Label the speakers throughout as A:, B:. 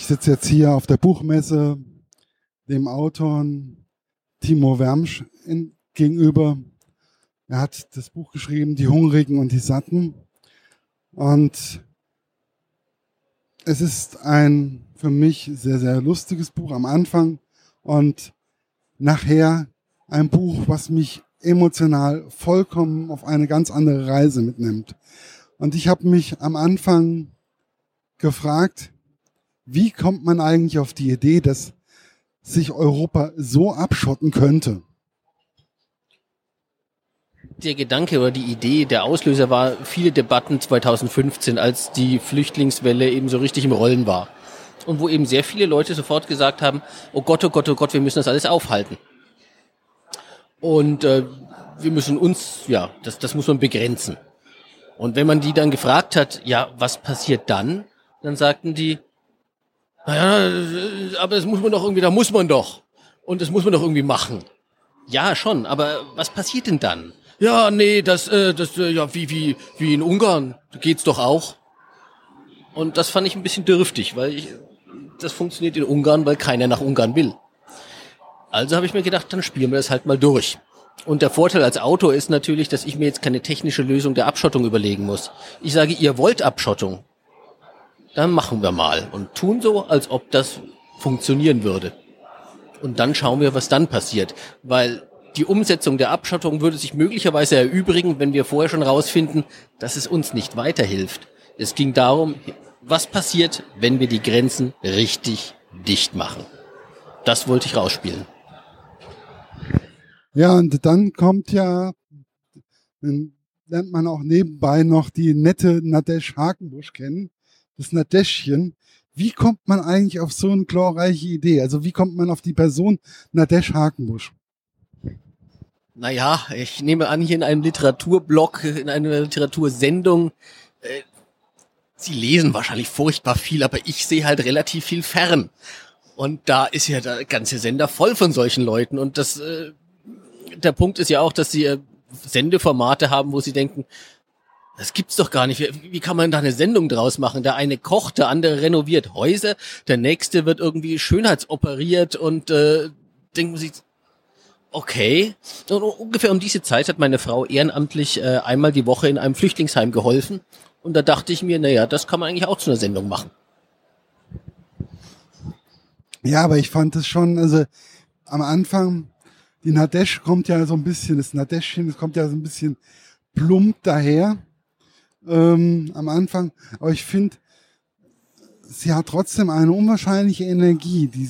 A: sitze jetzt hier auf der Buchmesse dem Autor Timo Wermsch gegenüber. Er hat das Buch geschrieben, Die Hungrigen und die Satten. Und es ist ein für mich sehr, sehr lustiges Buch am Anfang und nachher ein Buch, was mich emotional vollkommen auf eine ganz andere Reise mitnimmt. Und ich habe mich am Anfang gefragt, wie kommt man eigentlich auf die Idee, dass sich Europa so abschotten könnte?
B: Der Gedanke oder die Idee, der Auslöser war viele Debatten 2015, als die Flüchtlingswelle eben so richtig im Rollen war. Und wo eben sehr viele Leute sofort gesagt haben, oh Gott, wir müssen das alles aufhalten. Und wir müssen uns, das muss man begrenzen. Und wenn man die dann gefragt hat, ja, was passiert dann? Dann sagten die, naja, aber das muss man doch irgendwie, da muss man doch. Und das muss man doch irgendwie machen. Ja, schon, aber was passiert denn dann? Ja, nee, wie in Ungarn, geht's doch auch. Und das fand ich ein bisschen dürftig, weil das funktioniert in Ungarn, weil keiner nach Ungarn will. Also habe ich mir gedacht, dann spielen wir das halt mal durch. Und der Vorteil als Autor ist natürlich, dass ich mir jetzt keine technische Lösung der Abschottung überlegen muss. Ich sage, ihr wollt Abschottung, dann machen wir mal und tun so, als ob das funktionieren würde. Und dann schauen wir, was dann passiert, weil die Umsetzung der Abschottung würde sich möglicherweise erübrigen, wenn wir vorher schon rausfinden, dass es uns nicht weiterhilft. Es ging darum, was passiert, wenn wir die Grenzen richtig dicht machen. Das wollte ich rausspielen.
A: Ja, und dann dann lernt man auch nebenbei noch die nette Nadesh Hakenbusch kennen, das Nadeschchen. Wie kommt man eigentlich auf so eine glorreiche Idee? Also wie kommt man auf die Person Nadesh Hakenbusch?
B: Naja, ich nehme an, hier in einem Literaturblog, in einer Literatursendung, Sie lesen wahrscheinlich furchtbar viel, aber ich sehe halt relativ viel fern. Und da ist ja der ganze Sender voll von solchen Leuten. Und der Punkt ist ja auch, dass sie Sendeformate haben, wo sie denken, das gibt's doch gar nicht. Wie kann man da eine Sendung draus machen? Der eine kocht, der andere renoviert Häuser, der nächste wird irgendwie schönheitsoperiert und denken sich, okay. Und ungefähr um diese Zeit hat meine Frau ehrenamtlich einmal die Woche in einem Flüchtlingsheim geholfen. Und da dachte ich mir, naja, das kann man eigentlich auch zu einer Sendung machen.
A: Ja, aber ich fand es schon, also am Anfang, die Nadesh kommt ja so ein bisschen, das Nadeschchen, das kommt ja so ein bisschen plump daher am Anfang. Aber ich finde, sie hat trotzdem eine unwahrscheinliche Energie, die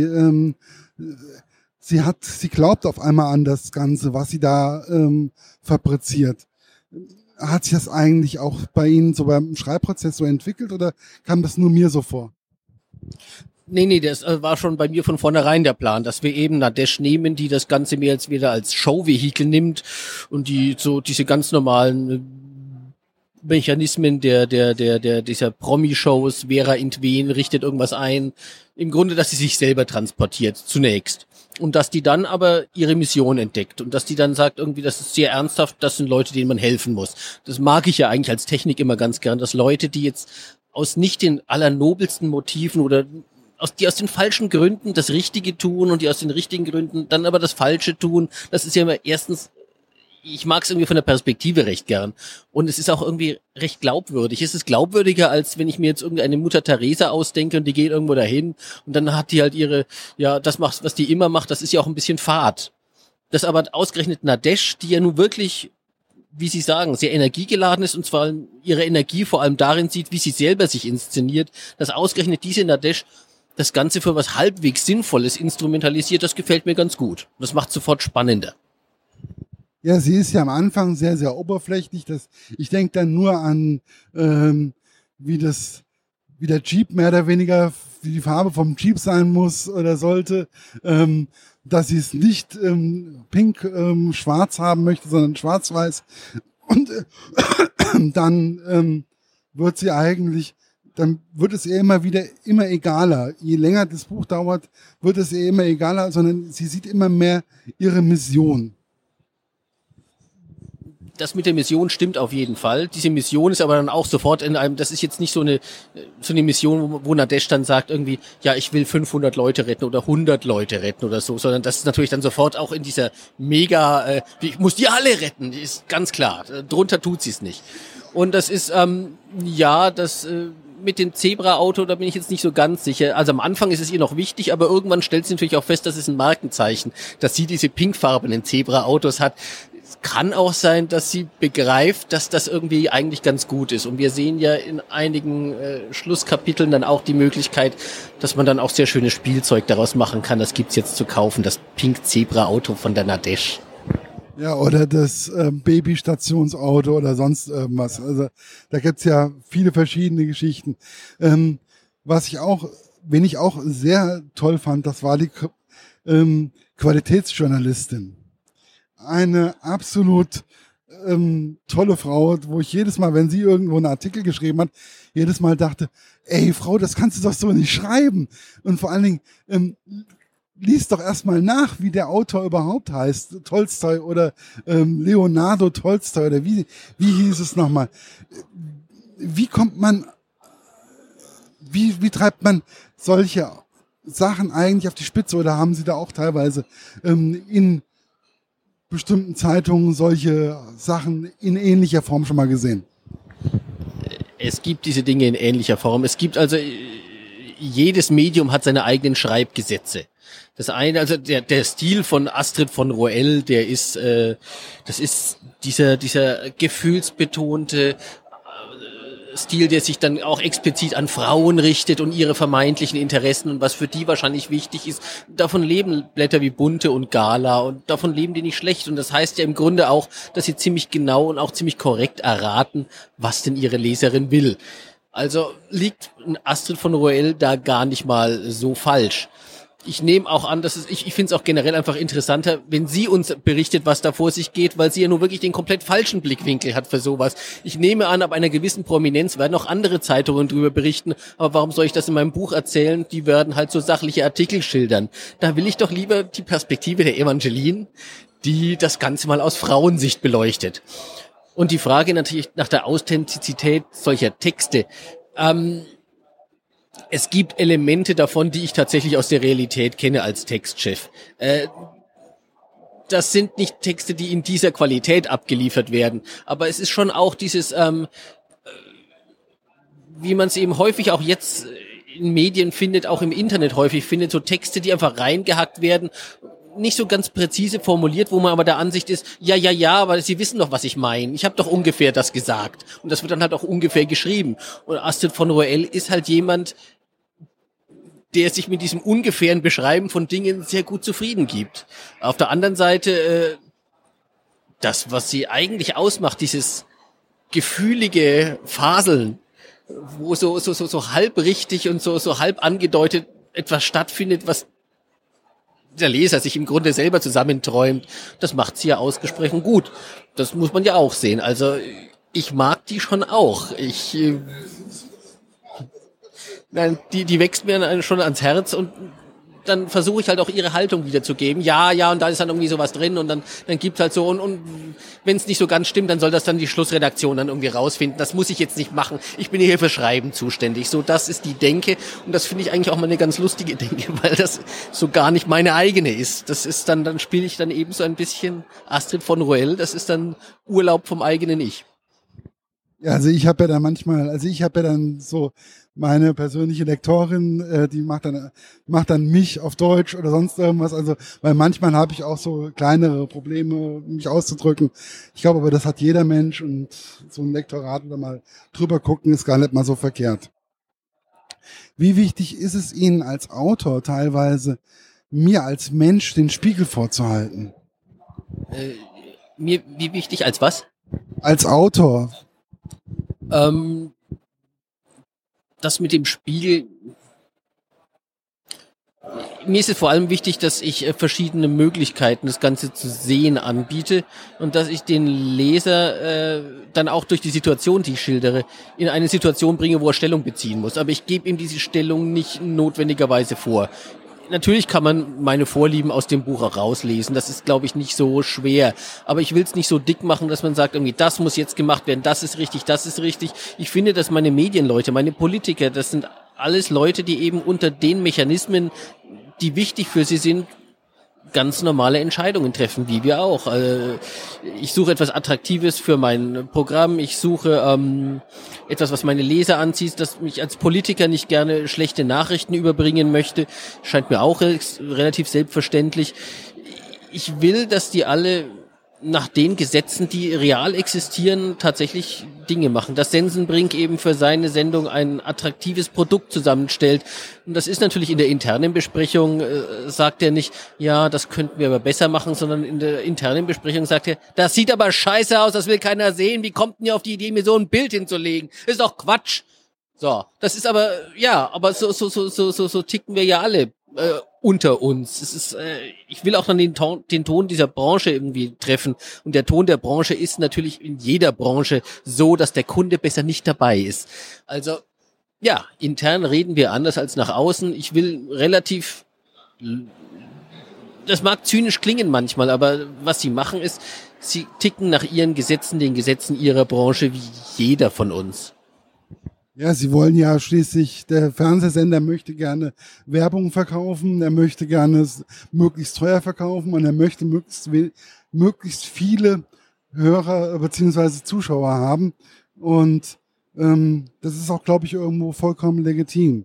A: sie glaubt auf einmal an das Ganze, was sie da fabriziert. Hat sich das eigentlich auch bei Ihnen so beim Schreibprozess so entwickelt oder kam das nur mir so vor?
B: Nee, das war schon bei mir von vornherein der Plan, dass wir eben Nadesh nehmen, die das Ganze mehr als wieder als Showvehikel nimmt und die so diese ganz normalen Mechanismen dieser Promi-Shows, Vera Intwen richtet irgendwas ein, im Grunde, dass sie sich selber transportiert, zunächst. Und dass die dann aber ihre Mission entdeckt und dass die dann sagt, irgendwie, das ist sehr ernsthaft, das sind Leute, denen man helfen muss. Das mag ich ja eigentlich als Technik immer ganz gern, dass Leute, die jetzt aus nicht den allernobelsten Motiven oder die aus den falschen Gründen das Richtige tun und die aus den richtigen Gründen dann aber das Falsche tun, das ist ja immer erstens, ich mag es irgendwie von der Perspektive recht gern. Und es ist auch irgendwie recht glaubwürdig. Es ist glaubwürdiger, als wenn ich mir jetzt irgendeine Mutter Teresa ausdenke und die geht irgendwo dahin und dann hat die halt das macht, was die immer macht, das ist ja auch ein bisschen fad. Das aber ausgerechnet Nadesh, die ja nun wirklich, wie Sie sagen, sehr energiegeladen ist und zwar ihre Energie vor allem darin sieht, wie sie selber sich inszeniert, dass ausgerechnet diese Nadesh das Ganze für was halbwegs Sinnvolles instrumentalisiert, das gefällt mir ganz gut. Das macht sofort spannender.
A: Ja, sie ist ja am Anfang sehr, sehr oberflächlich. Ich denke dann nur an, wie der Jeep mehr oder weniger, wie die Farbe vom Jeep sein muss oder sollte, dass sie es nicht pink, schwarz haben möchte, sondern schwarz-weiß. Und dann wird es ihr immer egaler. Je länger das Buch dauert, wird es ihr immer egaler, sondern sie sieht immer mehr ihre Mission.
B: Das mit der Mission stimmt auf jeden Fall. Diese Mission ist aber dann auch sofort in einem, das ist jetzt nicht so eine Mission, wo Nadesh dann sagt irgendwie, ja, ich will 500 Leute retten oder 100 Leute retten oder so, sondern das ist natürlich dann sofort auch in dieser mega, ich muss die alle retten, ist ganz klar. Drunter tut sie es nicht. Und das ist, mit dem Zebra-Auto, da bin ich jetzt nicht so ganz sicher. Also am Anfang ist es ihr noch wichtig, aber irgendwann stellt sie natürlich auch fest, das ist ein Markenzeichen, dass sie diese pinkfarbenen Zebra-Autos hat. Es kann auch sein, dass sie begreift, dass das irgendwie eigentlich ganz gut ist. Und wir sehen ja in einigen Schlusskapiteln dann auch die Möglichkeit, dass man dann auch sehr schönes Spielzeug daraus machen kann. Das gibt's jetzt zu kaufen, das Pink-Zebra-Auto von der Nadesh.
A: Ja, oder das Babystationsauto oder sonst irgendwas. Also da gibt's ja viele verschiedene Geschichten. Wen ich auch sehr toll fand, das war die Qualitätsjournalistin. Eine absolut tolle Frau, wo ich jedes Mal, wenn sie irgendwo einen Artikel geschrieben hat, jedes Mal dachte, ey Frau, das kannst du doch so nicht schreiben. Und vor allen Dingen, lies doch erstmal nach, wie der Autor überhaupt heißt. Tolstoi oder Leonardo Tolstoi oder wie hieß es nochmal? Wie treibt man solche Sachen eigentlich auf die Spitze oder haben Sie da auch teilweise in bestimmten Zeitungen solche Sachen in ähnlicher Form schon mal gesehen?
B: Es gibt diese Dinge in ähnlicher Form. Es gibt also, jedes Medium hat seine eigenen Schreibgesetze. Das eine, also der Stil von Astrid von Roelle, das ist dieser gefühlsbetonte Stil, der sich dann auch explizit an Frauen richtet und ihre vermeintlichen Interessen und was für die wahrscheinlich wichtig ist. Davon leben Blätter wie Bunte und Gala und davon leben die nicht schlecht. Und das heißt ja im Grunde auch, dass sie ziemlich genau und auch ziemlich korrekt erraten, was denn ihre Leserin will. Also liegt Astrid von Roelle da gar nicht mal so falsch. Ich nehme auch an, ich finde es auch generell einfach interessanter, wenn sie uns berichtet, was da vor sich geht, weil sie ja nur wirklich den komplett falschen Blickwinkel hat für sowas. Ich nehme an, ab einer gewissen Prominenz werden auch andere Zeitungen drüber berichten, aber warum soll ich das in meinem Buch erzählen? Die werden halt so sachliche Artikel schildern. Da will ich doch lieber die Perspektive der Evangeline, die das Ganze mal aus Frauensicht beleuchtet. Und die Frage natürlich nach der Authentizität solcher Texte. Es gibt Elemente davon, die ich tatsächlich aus der Realität kenne als Textchef. Das sind nicht Texte, die in dieser Qualität abgeliefert werden, aber es ist schon auch dieses, wie man es eben häufig auch jetzt in Medien findet, auch im Internet häufig findet, so Texte, die einfach reingehackt werden, nicht so ganz präzise formuliert, wo man aber der Ansicht ist, ja, aber Sie wissen doch, was ich meine. Ich habe doch ungefähr das gesagt. Und das wird dann halt auch ungefähr geschrieben. Und Astrid von Roelle ist halt jemand, der sich mit diesem ungefähren Beschreiben von Dingen sehr gut zufrieden gibt. Auf der anderen Seite, das, was sie eigentlich ausmacht, dieses gefühlige Faseln, wo so halb richtig und so halb angedeutet etwas stattfindet, was der Leser sich im Grunde selber zusammenträumt, das macht sie ja ausgesprochen gut. Das muss man ja auch sehen. Also ich mag die schon auch. Die wächst mir schon ans Herz und dann versuche ich halt auch ihre Haltung wiederzugeben. Ja, und da ist dann irgendwie sowas drin und dann gibt's halt so und wenn es nicht so ganz stimmt, dann soll das dann die Schlussredaktion dann irgendwie rausfinden. Das muss ich jetzt nicht machen. Ich bin hier für Schreiben zuständig. So, das ist die Denke und das finde ich eigentlich auch mal eine ganz lustige Denke, weil das so gar nicht meine eigene ist. Das ist dann spiele ich dann eben so ein bisschen Astrid von Roelle. Das ist dann Urlaub vom eigenen Ich.
A: Ja, also ich habe ja dann so meine persönliche Lektorin, die macht dann mich auf Deutsch oder sonst irgendwas. Also, weil manchmal habe ich auch so kleinere Probleme, mich auszudrücken. Ich glaube aber, das hat jeder Mensch und so ein Lektorat oder mal drüber gucken ist gar nicht mal so verkehrt. Wie wichtig ist es Ihnen als Autor teilweise, mir als Mensch den Spiegel vorzuhalten?
B: Wie wichtig als was?
A: Als Autor.
B: Das mit dem Spiegel, mir ist es vor allem wichtig, dass ich verschiedene Möglichkeiten, das Ganze zu sehen, anbiete und dass ich den Leser dann auch durch die Situation, die ich schildere, in eine Situation bringe, wo er Stellung beziehen muss. Aber ich gebe ihm diese Stellung nicht notwendigerweise vor. natürlich kann man meine Vorlieben aus dem Buch auch rauslesen. Das ist, glaube ich, nicht so schwer. Aber ich will es nicht so dick machen, dass man sagt, irgendwie, das muss jetzt gemacht werden, das ist richtig, das ist richtig. Ich finde, dass meine Medienleute, meine Politiker, das sind alles Leute, die eben unter den Mechanismen, die wichtig für sie sind, ganz normale Entscheidungen treffen, wie wir auch. Ich suche etwas Attraktives für mein Programm. Ich suche etwas, was meine Leser anzieht, das mich als Politiker nicht gerne schlechte Nachrichten überbringen möchte. Scheint mir auch relativ selbstverständlich. Ich will, dass die alle nach den Gesetzen, die real existieren, tatsächlich Dinge machen. Dass Sensenbrink eben für seine Sendung ein attraktives Produkt zusammenstellt. Und das ist natürlich in der internen Besprechung, sagt er nicht, ja, das könnten wir aber besser machen, sondern in der internen Besprechung sagt er, das sieht aber scheiße aus, das will keiner sehen. Wie kommt denn ihr auf die Idee, mir so ein Bild hinzulegen? Das ist doch Quatsch. So, das ist aber, ja, aber so ticken wir ja alle unter uns. Es ist, ich will auch dann den Ton dieser Branche irgendwie treffen. Und der Ton der Branche ist natürlich in jeder Branche so, dass der Kunde besser nicht dabei ist. Also, ja, intern reden wir anders als nach außen. Ich will relativ, das mag zynisch klingen manchmal, aber was sie machen ist, sie ticken nach ihren Gesetzen, den Gesetzen ihrer Branche, wie jeder von uns.
A: Ja, sie wollen ja schließlich, der Fernsehsender möchte gerne Werbung verkaufen, er möchte gerne möglichst teuer verkaufen und er möchte möglichst viele Hörer bzw. Zuschauer haben. Und das ist auch, glaube ich, irgendwo vollkommen legitim.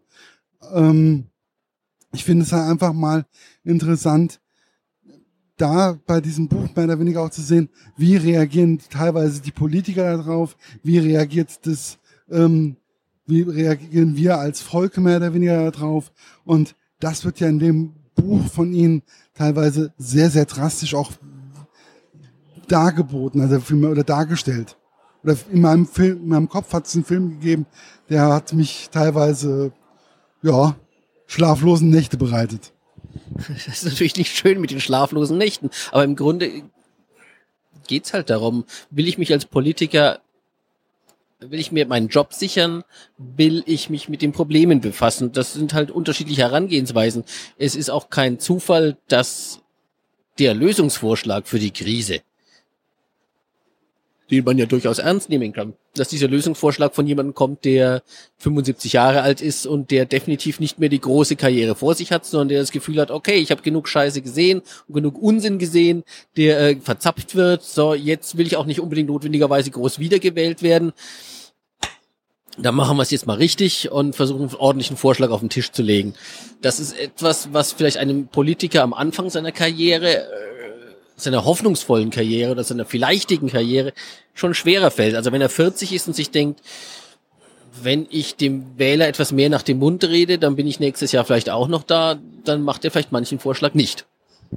A: Ich finde es halt einfach mal interessant, da bei diesem Buch mehr oder weniger auch zu sehen, wie reagieren teilweise die Politiker darauf, wie reagiert das wie reagieren wir als Volk mehr oder weniger darauf? Und das wird ja in dem Buch von Ihnen teilweise sehr, sehr drastisch auch dargeboten, also oder dargestellt. Oder in meinem Kopf hat es einen Film gegeben, der hat mich teilweise, ja, schlaflosen Nächte bereitet.
B: Das ist natürlich nicht schön mit den schlaflosen Nächten, aber im Grunde geht's halt darum, will ich mich als Politiker, will ich mir meinen Job sichern, will ich mich mit den Problemen befassen. Das sind halt unterschiedliche Herangehensweisen. Es ist auch kein Zufall, dass der Lösungsvorschlag für die Krise, den man ja durchaus ernst nehmen kann, dass dieser Lösungsvorschlag von jemandem kommt, der 75 Jahre alt ist und der definitiv nicht mehr die große Karriere vor sich hat, sondern der das Gefühl hat, okay, ich habe genug Scheiße gesehen und genug Unsinn gesehen, der verzapft wird. So, jetzt will ich auch nicht unbedingt notwendigerweise groß wiedergewählt werden. Dann machen wir es jetzt mal richtig und versuchen, einen ordentlichen Vorschlag auf den Tisch zu legen. Das ist etwas, was vielleicht einem Politiker am Anfang seiner Karriere, seiner hoffnungsvollen Karriere oder seiner vielleichtigen Karriere schon schwerer fällt. Also wenn er 40 ist und sich denkt, wenn ich dem Wähler etwas mehr nach dem Mund rede, dann bin ich nächstes Jahr vielleicht auch noch da, dann macht er vielleicht manchen Vorschlag nicht.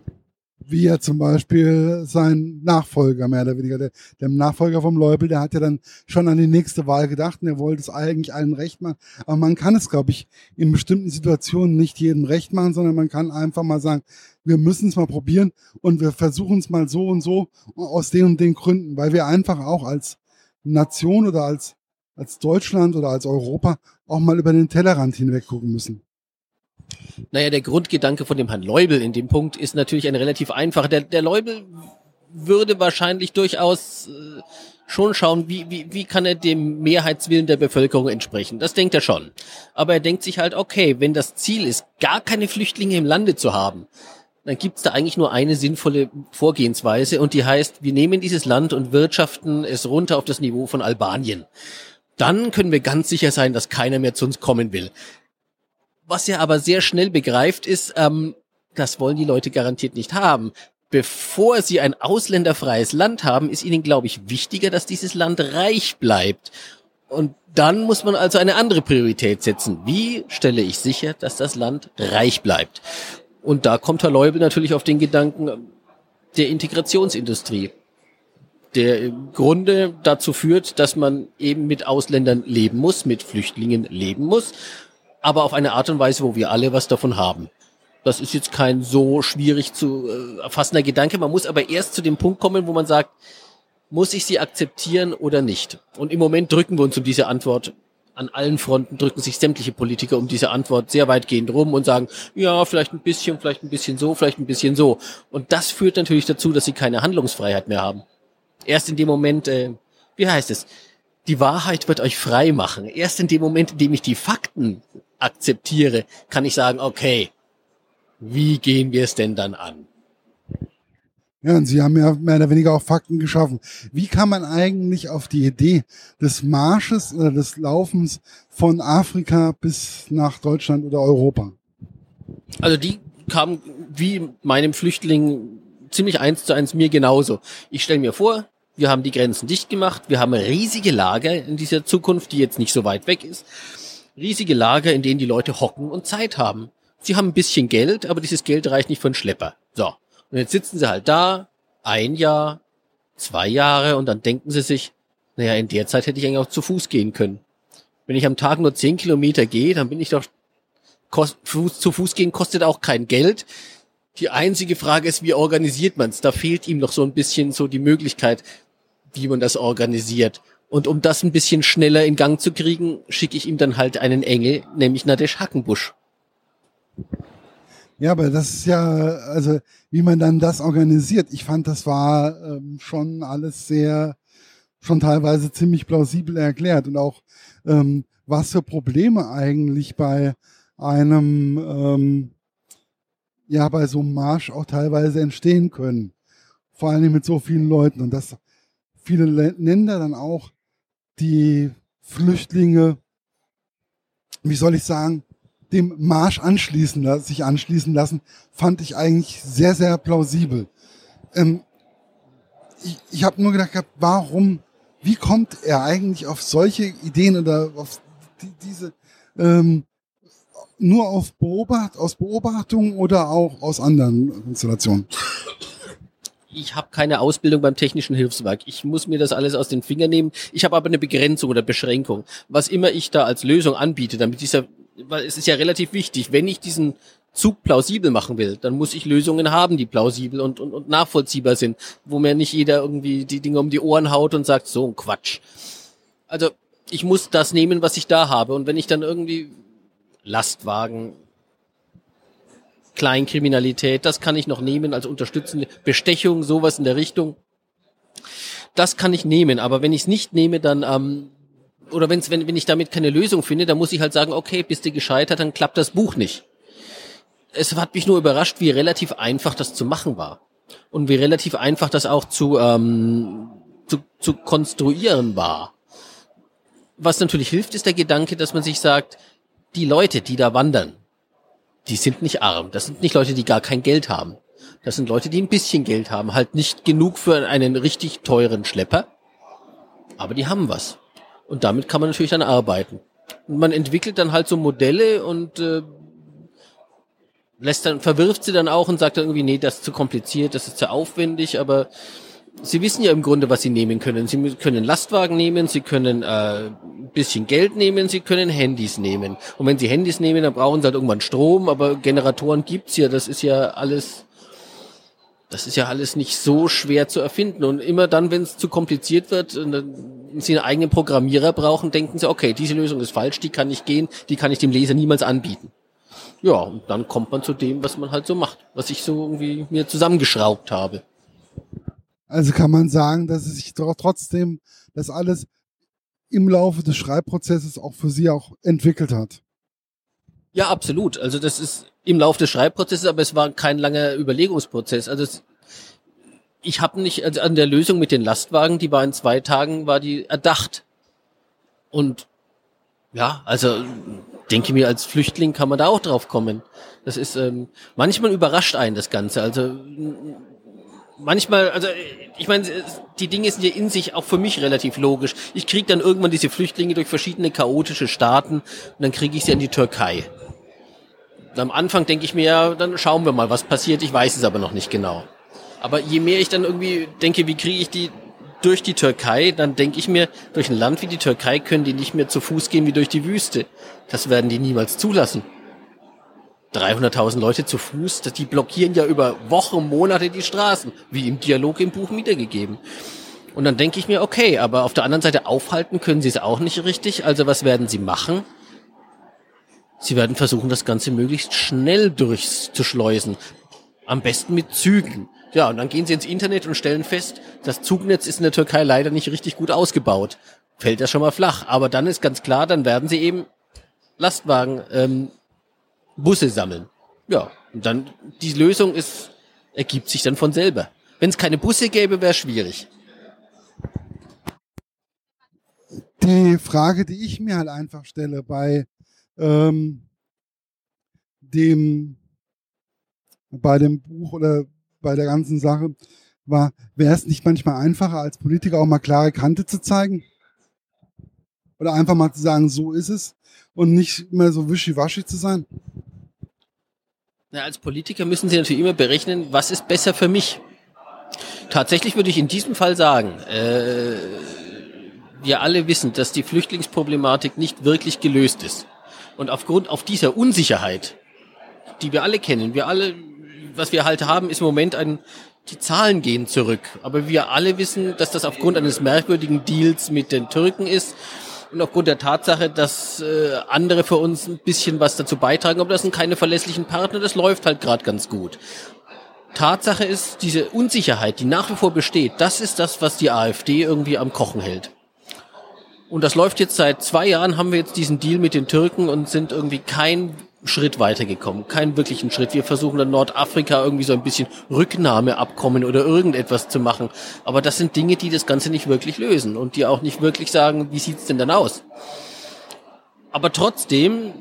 A: Wie ja zum Beispiel sein Nachfolger, mehr oder weniger. Der Nachfolger vom Leubel, der hat ja dann schon an die nächste Wahl gedacht und er wollte es eigentlich allen recht machen. Aber man kann es, glaube ich, in bestimmten Situationen nicht jedem recht machen, sondern man kann einfach mal sagen, wir müssen es mal probieren und wir versuchen es mal so und so aus den und den Gründen, weil wir einfach auch als Nation oder als Deutschland oder als Europa auch mal über den Tellerrand hinweg gucken müssen.
B: Naja, der Grundgedanke von dem Herrn Leubel in dem Punkt ist natürlich ein relativ einfacher. Der Leubel würde wahrscheinlich durchaus schon schauen, wie kann er dem Mehrheitswillen der Bevölkerung entsprechen. Das denkt er schon. Aber er denkt sich halt, okay, wenn das Ziel ist, gar keine Flüchtlinge im Lande zu haben, dann gibt's da eigentlich nur eine sinnvolle Vorgehensweise und die heißt, wir nehmen dieses Land und wirtschaften es runter auf das Niveau von Albanien. Dann können wir ganz sicher sein, dass keiner mehr zu uns kommen will. Was er aber sehr schnell begreift, ist, das wollen die Leute garantiert nicht haben. Bevor sie ein ausländerfreies Land haben, ist ihnen, glaube ich, wichtiger, dass dieses Land reich bleibt. Und dann muss man also eine andere Priorität setzen. Wie stelle ich sicher, dass das Land reich bleibt? Und da kommt Herr Leubel natürlich auf den Gedanken der Integrationsindustrie, der im Grunde dazu führt, dass man eben mit Ausländern leben muss, mit Flüchtlingen leben muss, aber auf eine Art und Weise, wo wir alle was davon haben. Das ist jetzt kein so schwierig zu erfassender Gedanke. Man muss aber erst zu dem Punkt kommen, wo man sagt, muss ich sie akzeptieren oder nicht? Und im Moment drücken wir uns um diese Antwort an allen Fronten drücken sich sämtliche Politiker um diese Antwort sehr weitgehend rum und sagen, ja, vielleicht ein bisschen so, vielleicht ein bisschen so. Und das führt natürlich dazu, dass sie keine Handlungsfreiheit mehr haben. Erst in dem Moment, wie heißt es, die Wahrheit wird euch frei machen. Erst in dem Moment, in dem ich die Fakten akzeptiere, kann ich sagen, okay, wie gehen wir es denn dann an?
A: Ja, und Sie haben ja mehr oder weniger auch Fakten geschaffen. Wie kann man eigentlich auf die Idee des Marsches oder des Laufens von Afrika bis nach Deutschland oder Europa?
B: Also die kam wie meinem Flüchtling ziemlich 1:1 mir genauso. Ich stelle mir vor, wir haben die Grenzen dicht gemacht, wir haben riesige Lager in dieser Zukunft, die jetzt nicht so weit weg ist. Riesige Lager, in denen die Leute hocken und Zeit haben. Sie haben ein bisschen Geld, aber dieses Geld reicht nicht für einen Schlepper. So. Und jetzt sitzen sie halt da, 1 Jahr, 2 Jahre, und dann denken sie sich, naja, in der Zeit hätte ich eigentlich auch zu Fuß gehen können. Wenn ich am Tag nur 10 Kilometer gehe, dann bin ich doch, zu Fuß gehen kostet auch kein Geld. Die einzige Frage ist, wie organisiert man es? Da fehlt ihm noch so ein bisschen so die Möglichkeit, wie man das organisiert. Und um das ein bisschen schneller in Gang zu kriegen, schicke ich ihm dann halt einen Engel, nämlich Nadesh Hackenbusch.
A: Ja, aber das ist ja, also wie man dann das organisiert. Ich fand, das war schon alles schon teilweise ziemlich plausibel erklärt. Und auch, was für Probleme eigentlich bei einem, bei so einem Marsch auch teilweise entstehen können. Vor allem mit so vielen Leuten. Und dass viele Länder dann auch die Flüchtlinge, wie soll ich sagen, dem Marsch sich anschließen lassen, fand ich eigentlich sehr, sehr plausibel. Ich habe nur gedacht, wie kommt er eigentlich auf solche Ideen oder auf diese, nur aus Beobachtung oder auch aus anderen Konstellationen?
B: Ich habe keine Ausbildung beim Technischen Hilfswerk. Ich muss mir das alles aus den Fingern nehmen. Ich habe aber eine Begrenzung oder Beschränkung. Was immer ich da als Lösung anbiete, weil es ist ja relativ wichtig, wenn ich diesen Zug plausibel machen will, dann muss ich Lösungen haben, die plausibel und nachvollziehbar sind, wo mir nicht jeder irgendwie die Dinge um die Ohren haut und sagt, so ein Quatsch. Also ich muss das nehmen, was ich da habe. Und wenn ich dann irgendwie Lastwagen, Kleinkriminalität, das kann ich noch nehmen als unterstützende Bestechung, sowas in der Richtung. Das kann ich nehmen, aber wenn ich es nicht nehme, dann oder wenn ich damit keine Lösung finde, dann muss ich halt sagen, okay, bist du gescheitert, dann klappt das Buch nicht. Es hat mich nur überrascht, wie relativ einfach das zu machen war. Und wie relativ einfach das auch zu konstruieren war. Was natürlich hilft, ist der Gedanke, dass man sich sagt, die Leute, die da wandern, die sind nicht arm. Das sind nicht Leute, die gar kein Geld haben. Das sind Leute, die ein bisschen Geld haben. Halt nicht genug für einen richtig teuren Schlepper. Aber die haben was. Und damit kann man natürlich dann arbeiten. Und man entwickelt dann halt so Modelle und verwirft sie dann auch und sagt dann irgendwie, nee, das ist zu kompliziert, das ist zu aufwendig. Aber sie wissen ja im Grunde, was sie nehmen können. Sie können Lastwagen nehmen, sie können ein bisschen Geld nehmen, sie können Handys nehmen. Und wenn sie Handys nehmen, dann brauchen sie halt irgendwann Strom, aber Generatoren gibt's ja, das ist ja alles nicht so schwer zu erfinden. Und immer dann, wenn es zu kompliziert wird und sie einen eigenen Programmierer brauchen, denken sie, okay, diese Lösung ist falsch, die kann nicht gehen, die kann ich dem Leser niemals anbieten. Ja, und dann kommt man zu dem, was man halt so macht, was ich so irgendwie mir zusammengeschraubt habe.
A: Also kann man sagen, dass es sich trotzdem das alles im Laufe des Schreibprozesses auch für Sie auch entwickelt hat.
B: Ja, absolut. Also das ist im Laufe des Schreibprozesses, aber es war kein langer Überlegungsprozess. Also ich habe nicht, also an der Lösung mit den Lastwagen, die war in 2 Tagen, war die erdacht. Und ja, also denke mir, als Flüchtling kann man da auch drauf kommen. Das ist, manchmal überrascht einen das Ganze. Also manchmal, also ich meine, die Dinge sind ja in sich auch für mich relativ logisch. Ich kriege dann irgendwann diese Flüchtlinge durch verschiedene chaotische Staaten und dann kriege ich sie in die Türkei. Und am Anfang denke ich mir, ja, dann schauen wir mal, was passiert. Ich weiß es aber noch nicht genau. Aber je mehr ich dann irgendwie denke, wie kriege ich die durch die Türkei, dann denke ich mir, durch ein Land wie die Türkei können die nicht mehr zu Fuß gehen wie durch die Wüste. Das werden die niemals zulassen. 300.000 Leute zu Fuß, die blockieren ja über Wochen, Monate die Straßen, wie im Dialog im Buch wiedergegeben. Und dann denke ich mir, okay, aber auf der anderen Seite aufhalten können sie es auch nicht richtig. Also was werden sie machen? Sie werden versuchen, das Ganze möglichst schnell durchzuschleusen. Am besten mit Zügen. Ja, und dann gehen sie ins Internet und stellen fest, das Zugnetz ist in der Türkei leider nicht richtig gut ausgebaut. Fällt das schon mal flach. Aber dann ist ganz klar, dann werden sie eben Lastwagen, Busse sammeln. Ja, und dann die Lösung ergibt sich dann von selber. Wenn es keine Busse gäbe, wäre es schwierig.
A: Die Frage, die ich mir halt einfach stelle bei dem Buch oder bei der ganzen Sache war, wäre es nicht manchmal einfacher, als Politiker auch mal klare Kante zu zeigen? Oder einfach mal zu sagen, so ist es und nicht immer so wischiwaschi zu sein?
B: Na, als Politiker müssen Sie natürlich immer berechnen, was ist besser für mich. Tatsächlich würde ich in diesem Fall sagen, wir alle wissen, dass die Flüchtlingsproblematik nicht wirklich gelöst ist. Und auf dieser Unsicherheit, die wir alle kennen, was wir halt haben, ist im Moment die Zahlen gehen zurück. Aber wir alle wissen, dass das aufgrund eines merkwürdigen Deals mit den Türken ist und aufgrund der Tatsache, dass andere für uns ein bisschen was dazu beitragen, aber das sind keine verlässlichen Partner, das läuft halt gerade ganz gut. Tatsache ist, diese Unsicherheit, die nach wie vor besteht, das ist das, was die AfD irgendwie am Kochen hält. Und das läuft jetzt seit 2 Jahren, haben wir jetzt diesen Deal mit den Türken und sind irgendwie keinen Schritt weitergekommen, keinen wirklichen Schritt. Wir versuchen dann Nordafrika irgendwie so ein bisschen Rücknahmeabkommen oder irgendetwas zu machen. Aber das sind Dinge, die das Ganze nicht wirklich lösen und die auch nicht wirklich sagen, wie sieht's denn dann aus? Aber trotzdem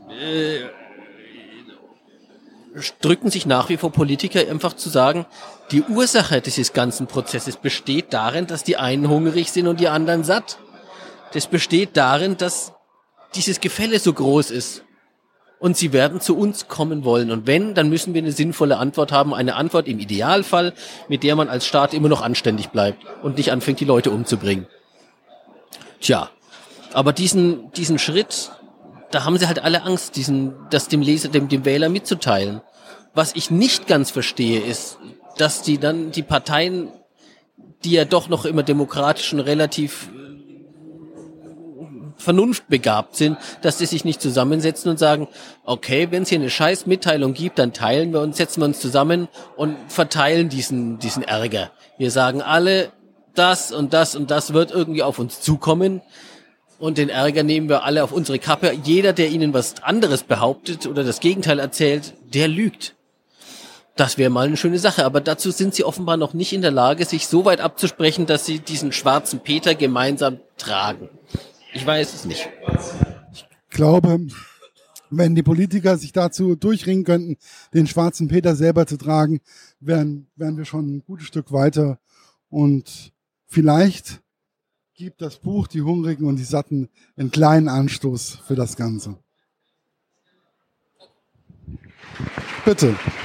B: drücken sich nach wie vor Politiker einfach zu sagen, die Ursache dieses ganzen Prozesses besteht darin, dass die einen hungrig sind und die anderen satt. Das besteht darin, dass dieses Gefälle so groß ist. Und sie werden zu uns kommen wollen. Und wenn, dann müssen wir eine sinnvolle Antwort haben. Eine Antwort im Idealfall, mit der man als Staat immer noch anständig bleibt und nicht anfängt, die Leute umzubringen. Tja, aber diesen Schritt, da haben sie halt alle Angst, das dem Leser, dem Wähler mitzuteilen. Was ich nicht ganz verstehe, ist, dass die Parteien, die ja doch noch immer demokratisch und relativ vernunftbegabt sind, dass die sich nicht zusammensetzen und sagen, okay, wenn es hier eine scheiß Mitteilung gibt, dann setzen wir uns zusammen und verteilen diesen Ärger. Wir sagen alle, das und das und das wird irgendwie auf uns zukommen und den Ärger nehmen wir alle auf unsere Kappe. Jeder, der ihnen was anderes behauptet oder das Gegenteil erzählt, der lügt. Das wäre mal eine schöne Sache, aber dazu sind sie offenbar noch nicht in der Lage, sich so weit abzusprechen, dass sie diesen schwarzen Peter gemeinsam tragen. Ich weiß es nicht.
A: Ich glaube, wenn die Politiker sich dazu durchringen könnten, den schwarzen Peter selber zu tragen, wären wir schon ein gutes Stück weiter. Und vielleicht gibt das Buch Die Hungrigen und die Satten einen kleinen Anstoß für das Ganze. Bitte.